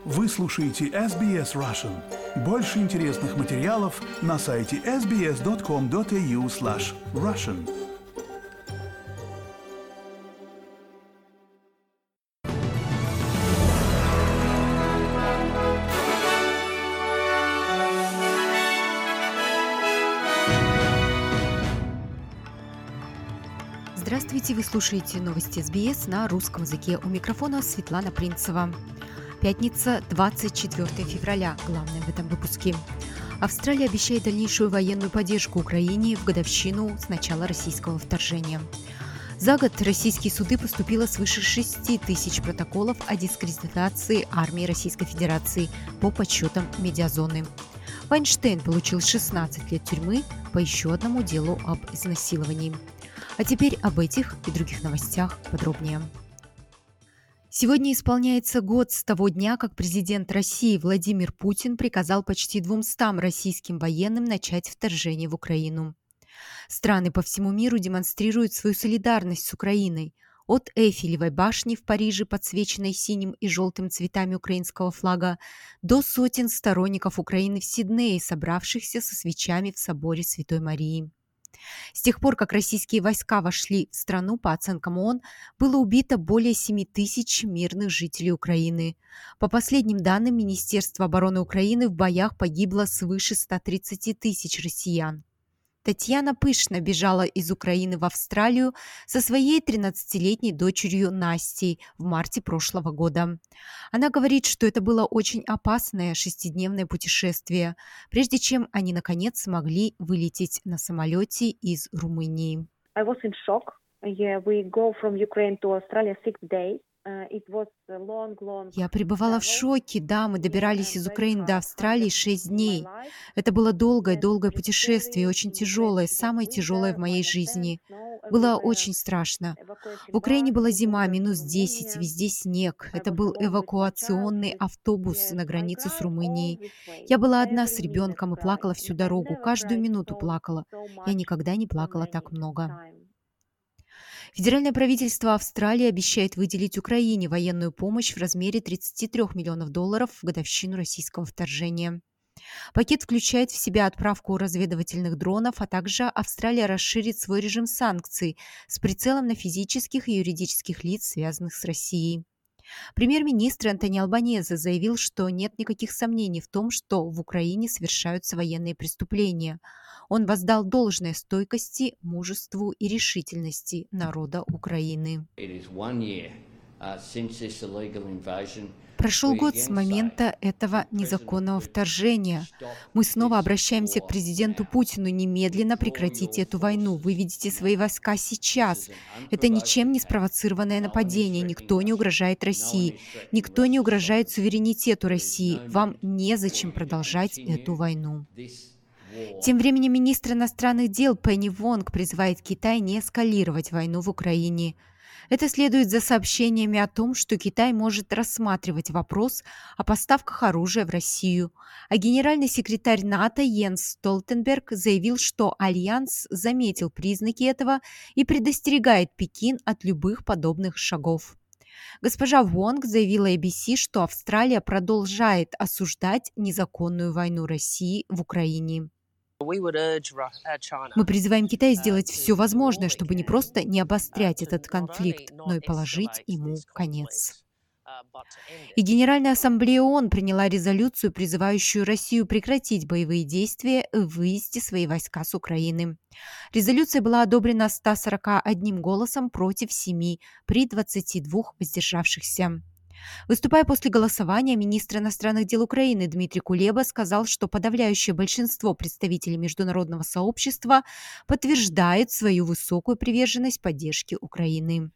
Вы слушаете SBS Russian. Больше интересных материалов на сайте sbs.com.au/russian. Здравствуйте, вы слушаете новости СБС на русском языке. У микрофона Светлана Принцева. Пятница, 24 февраля. Главное в этом выпуске. Австралия обещает дальнейшую военную поддержку Украине в годовщину с начала российского вторжения. За год российские суды поступило свыше 6 тысяч протоколов о дискредитации армии Российской Федерации по подсчетам медиазоны. Вайнштейн получил 16 лет тюрьмы по еще одному делу об изнасиловании. А теперь об этих и других новостях подробнее. Сегодня исполняется год с того дня, как президент России Владимир Путин приказал почти 200 российским военным начать вторжение в Украину. Страны по всему миру демонстрируют свою солидарность с Украиной. От Эйфелевой башни в Париже, подсвеченной синим и желтым цветами украинского флага, до сотен сторонников Украины в Сиднее, собравшихся со свечами в соборе Святой Марии. С тех пор, как российские войска вошли в страну, по оценкам ООН, было убито более 7 тысяч мирных жителей Украины. По последним данным Министерства обороны Украины, в боях погибло свыше 130 тысяч россиян. Татьяна Пышна бежала из Украины в Австралию со своей 13-летней дочерью Настей в марте прошлого года. Она говорит, что это было очень опасное 6-дневное путешествие, прежде чем они наконец смогли вылететь на самолете из Румынии. I was in shock. Yeah, we go from Ukraine to Australia 6 days. Я пребывала в шоке. Да, мы добирались из Украины до Австралии 6 дней. Это было долгое путешествие, очень тяжелое, самое тяжелое в моей жизни. Было очень страшно. В Украине была зима, -10, везде снег. Это был эвакуационный автобус на границе с Румынией. Я была одна с ребенком и плакала всю дорогу, каждую минуту плакала. Я никогда не плакала так много. Федеральное правительство Австралии обещает выделить Украине военную помощь в размере $33 миллионов в годовщину российского вторжения. Пакет включает в себя отправку разведывательных дронов, а также Австралия расширит свой режим санкций с прицелом на физических и юридических лиц, связанных с Россией. Премьер-министр Антони Албанезе заявил, что нет никаких сомнений в том, что в Украине совершаются военные преступления. Он воздал должное стойкости, мужеству и решительности народа Украины. Прошел год с момента этого незаконного вторжения. Мы снова обращаемся к президенту Путину: немедленно прекратите эту войну, выведите свои войска сейчас. Это ничем не спровоцированное нападение, никто не угрожает России, никто не угрожает суверенитету России. Вам незачем продолжать эту войну. Тем временем министр иностранных дел Пенни Вонг призывает Китай не эскалировать войну в Украине. Это следует за сообщениями о том, что Китай может рассматривать вопрос о поставках оружия в Россию. А генеральный секретарь НАТО Йенс Столтенберг заявил, что Альянс заметил признаки этого и предостерегает Пекин от любых подобных шагов. Госпожа Вонг заявила ABC, что Австралия продолжает осуждать незаконную войну России в Украине. Мы призываем Китай сделать все возможное, чтобы не просто не обострять этот конфликт, но и положить ему конец. И Генеральная ассамблея ООН приняла резолюцию, призывающую Россию прекратить боевые действия и вывести свои войска с Украины. Резолюция была одобрена 141 голосом против 7 при 22 воздержавшихся. Выступая после голосования, министр иностранных дел Украины Дмитрий Кулеба сказал, что подавляющее большинство представителей международного сообщества подтверждает свою высокую приверженность поддержке Украины.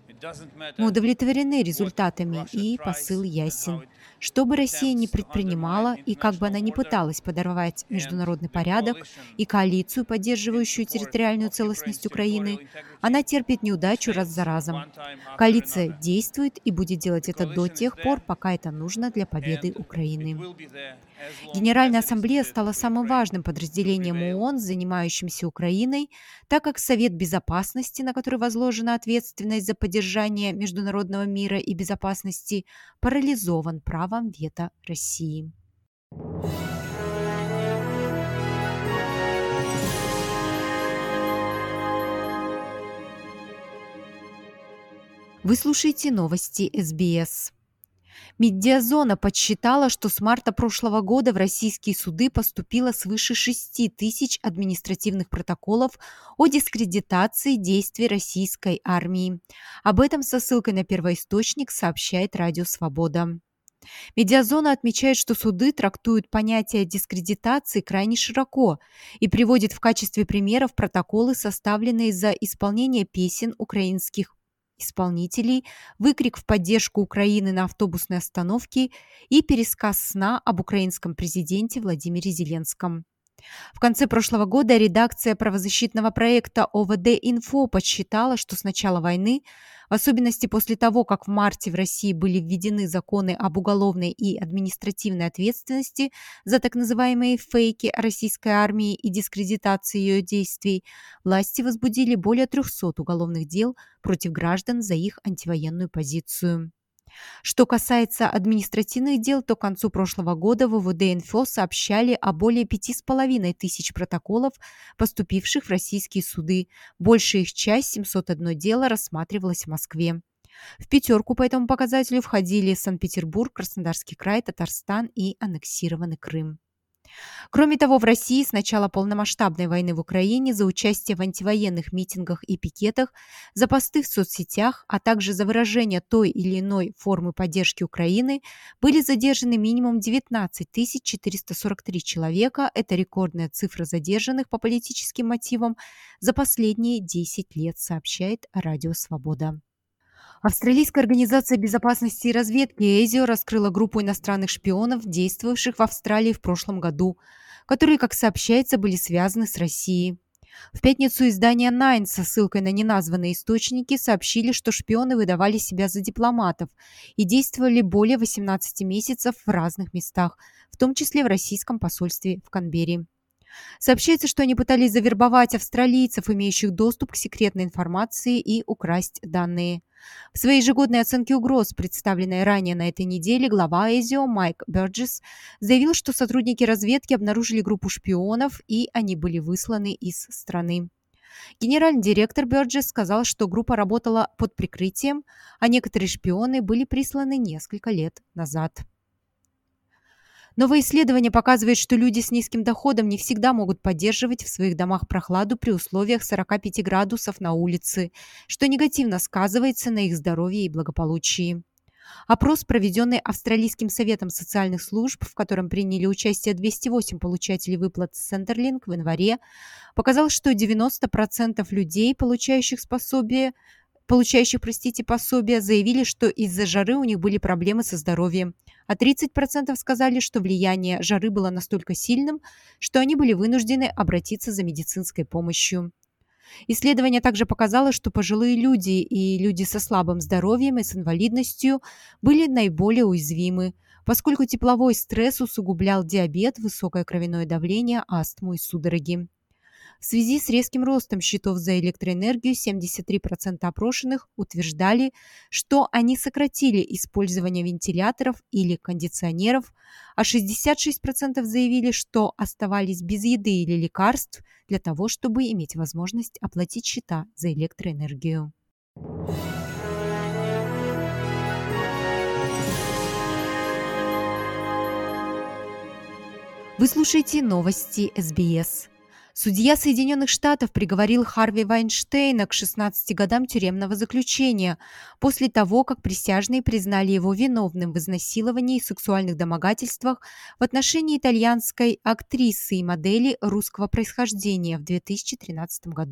Мы удовлетворены результатами, и посыл ясен. Что бы Россия ни предпринимала и как бы она ни пыталась подорвать международный порядок и коалицию, поддерживающую территориальную целостность Украины, она терпит неудачу раз за разом. Коалиция действует и будет делать это до тех пор, пока это нужно для победы Украины. Генеральная ассамблея стала самым важным подразделением ООН, занимающимся Украиной, так как Совет безопасности, на который возложена ответственность за поддержание международного мира и безопасности, парализован правом вето России. Вы слушаете новости СБС. Медиазона подсчитала, что с марта прошлого года в российские суды поступило свыше 6 тысяч административных протоколов о дискредитации действий российской армии. Об этом со ссылкой на первоисточник сообщает Радио Свобода. Медиазона отмечает, что суды трактуют понятие дискредитации крайне широко и приводит в качестве примеров протоколы, составленные за исполнение песен украинских исполнителей, выкрик в поддержку Украины на автобусной остановке и пересказ сна об украинском президенте Владимире Зеленском. В конце прошлого года редакция правозащитного проекта ОВД-Инфо подсчитала, что с начала войны, в особенности после того, как в марте в России были введены законы об уголовной и административной ответственности за так называемые фейки о российской армии и дискредитации ее действий, власти возбудили более 300 уголовных дел против граждан за их антивоенную позицию. Что касается административных дел, то к концу прошлого года в ОВД-Инфо сообщали о более 5500 протоколов, поступивших в российские суды. Большая их часть, 701 дело, рассматривалась в Москве. В пятерку по этому показателю входили Санкт-Петербург, Краснодарский край, Татарстан и аннексированный Крым. Кроме того, в России с начала полномасштабной войны в Украине за участие в антивоенных митингах и пикетах, за посты в соцсетях, а также за выражение той или иной формы поддержки Украины были задержаны минимум 19 443 человека. Это рекордная цифра задержанных по политическим мотивам за последние 10 лет, сообщает Радио Свобода. Австралийская организация безопасности и разведки ЭЗИО раскрыла группу иностранных шпионов, действовавших в Австралии в прошлом году, которые, как сообщается, были связаны с Россией. В пятницу издание Nine со ссылкой на неназванные источники сообщили, что шпионы выдавали себя за дипломатов и действовали более 18 месяцев в разных местах, в том числе в российском посольстве в Канберре. Сообщается, что они пытались завербовать австралийцев, имеющих доступ к секретной информации, и украсть данные. В своей ежегодной оценке угроз, представленной ранее на этой неделе, глава ЭЗИО Майк Бёрджес заявил, что сотрудники разведки обнаружили группу шпионов, и они были высланы из страны. Генеральный директор Бёрджес сказал, что группа работала под прикрытием, а некоторые шпионы были присланы несколько лет назад. Новое исследование показывает, что люди с низким доходом не всегда могут поддерживать в своих домах прохладу при условиях 45 градусов на улице, что негативно сказывается на их здоровье и благополучии. Опрос, проведенный Австралийским советом социальных служб, в котором приняли участие 208 получателей выплат Centrelink в январе, показал, что 90% людей, получающих пособия, заявили, что из-за жары у них были проблемы со здоровьем, а 30% сказали, что влияние жары было настолько сильным, что они были вынуждены обратиться за медицинской помощью. Исследование также показало, что пожилые люди и люди со слабым здоровьем и с инвалидностью были наиболее уязвимы, поскольку тепловой стресс усугублял диабет, высокое кровяное давление, астму и судороги. В связи с резким ростом счетов за электроэнергию 73% опрошенных утверждали, что они сократили использование вентиляторов или кондиционеров, а 66% заявили, что оставались без еды или лекарств для того, чтобы иметь возможность оплатить счета за электроэнергию. Вы слушаете новости СБС. Судья Соединенных Штатов приговорил Харви Вайнштейна к 16 годам тюремного заключения после того, как присяжные признали его виновным в изнасиловании и сексуальных домогательствах в отношении итальянской актрисы и модели русского происхождения в 2013 году.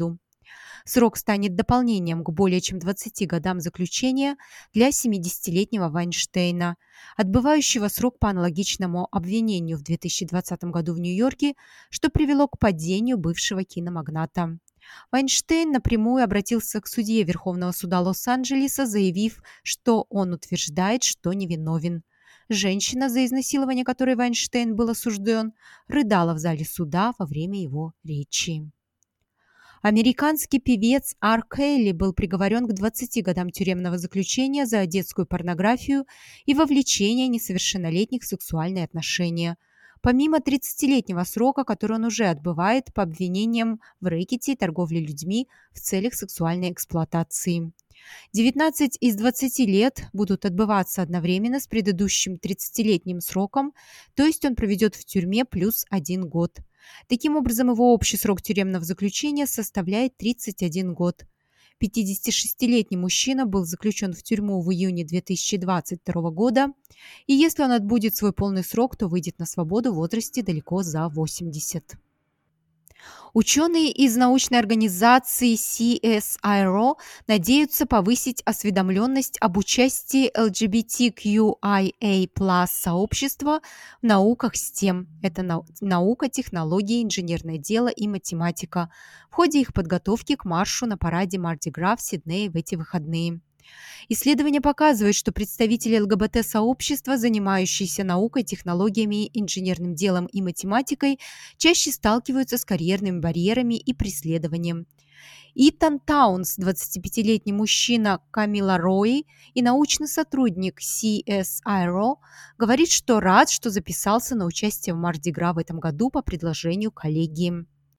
Срок станет дополнением к более чем 20 годам заключения для 70-летнего Вайнштейна, отбывающего срок по аналогичному обвинению в 2020 году в Нью-Йорке, что привело к падению бывшего киномагната. Вайнштейн напрямую обратился к судье Верховного суда Лос-Анджелеса, заявив, что он утверждает, что невиновен. Женщина, за изнасилование которой Вайнштейн был осужден, рыдала в зале суда во время его речи. Американский певец Ар Келли был приговорен к 20 годам тюремного заключения за детскую порнографию и вовлечение несовершеннолетних в сексуальные отношения, помимо 30-летнего срока, который он уже отбывает по обвинениям в рэкете и торговле людьми в целях сексуальной эксплуатации. 19 из 20 лет будут отбываться одновременно с предыдущим 30-летним сроком, то есть он проведет в тюрьме плюс 1 год. Таким образом, его общий срок тюремного заключения составляет 31 год. 56-летний мужчина был заключен в тюрьму в июне 2022 года, и если он отбудет свой полный срок, то выйдет на свободу в возрасте далеко за 80. Ученые из научной организации CSIRO надеются повысить осведомленность об участии LGBTQIA+ сообщества в науках STEM. Это наука, технологии, инженерное дело и математика в ходе их подготовки к маршу на параде Марди Гра в Сиднее в эти выходные. Исследования показывают, что представители ЛГБТ-сообщества, занимающиеся наукой, технологиями, инженерным делом и математикой, чаще сталкиваются с карьерными барьерами и преследованием. Итан Таунс, 25-летний мужчина Камила Рои и научный сотрудник CSIRO, говорит, что рад, что записался на участие в Марди Гра в этом году по предложению коллеги.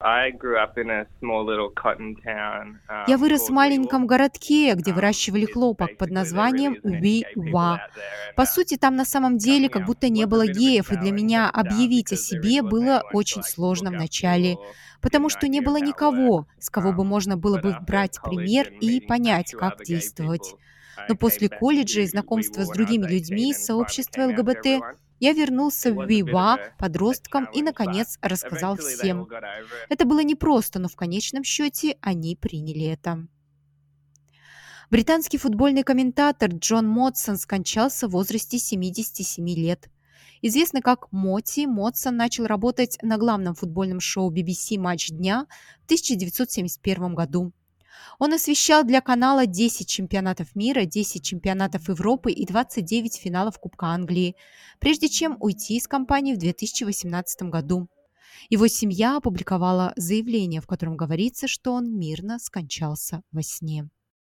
Я вырос в маленьком городке, где выращивали хлопок под названием Уи-Ва. По сути, там на самом деле как будто не было геев, и для меня объявить о себе было очень сложно вначале, потому что не было никого, с кого бы можно было бы брать пример и понять, как действовать. Но после колледжа и знакомства с другими людьми из сообщества ЛГБТ я вернулся в Уи-Ва подростком и, наконец, рассказал всем. Это было непросто, но в конечном счете они приняли это. Британский футбольный комментатор Джон Модсон скончался в возрасте 77 лет. Известный как Моти, Модсон начал работать на главном футбольном шоу BBC «Матч дня» в 1971 году. Он освещал для канала 10 чемпионатов мира, 10 чемпионатов Европы и 29 финалов Кубка Англии, прежде чем уйти из компании в 2018 году. Его семья опубликовала заявление, в котором говорится, что он мирно скончался во сне.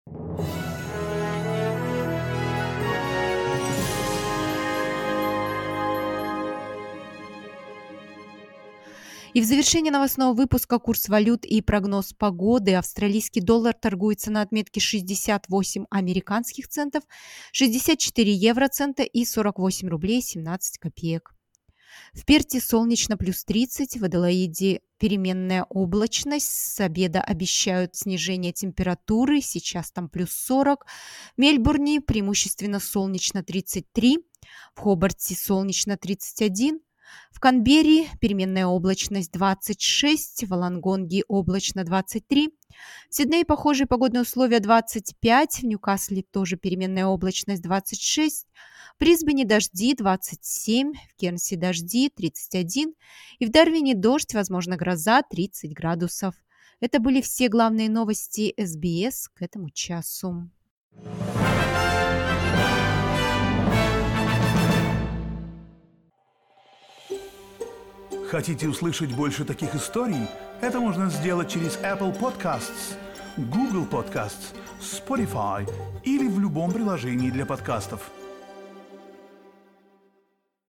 И в завершении новостного выпуска курс валют и прогноз погоды. Австралийский доллар торгуется на отметке 68 американских центов, 64 евроцента и 48 рублей 17 копеек. В Перте солнечно плюс 30, в Аделаиде переменная облачность, с обеда обещают снижение температуры, сейчас там плюс 40, в Мельбурне преимущественно солнечно 33, в Хобарте солнечно 31, в Канберре переменная облачность 26, в Волонгонге облачно 23, в Сиднее похожие погодные условия 25, в Ньюкасле тоже переменная облачность 26, в Брисбене дожди 27, в Кернсе дожди 31 и в Дарвине дождь, возможно гроза 30 градусов. Это были все главные новости СБС к этому часу. Хотите услышать больше таких историй? Это можно сделать через Apple Podcasts, Google Podcasts, Spotify или в любом приложении для подкастов.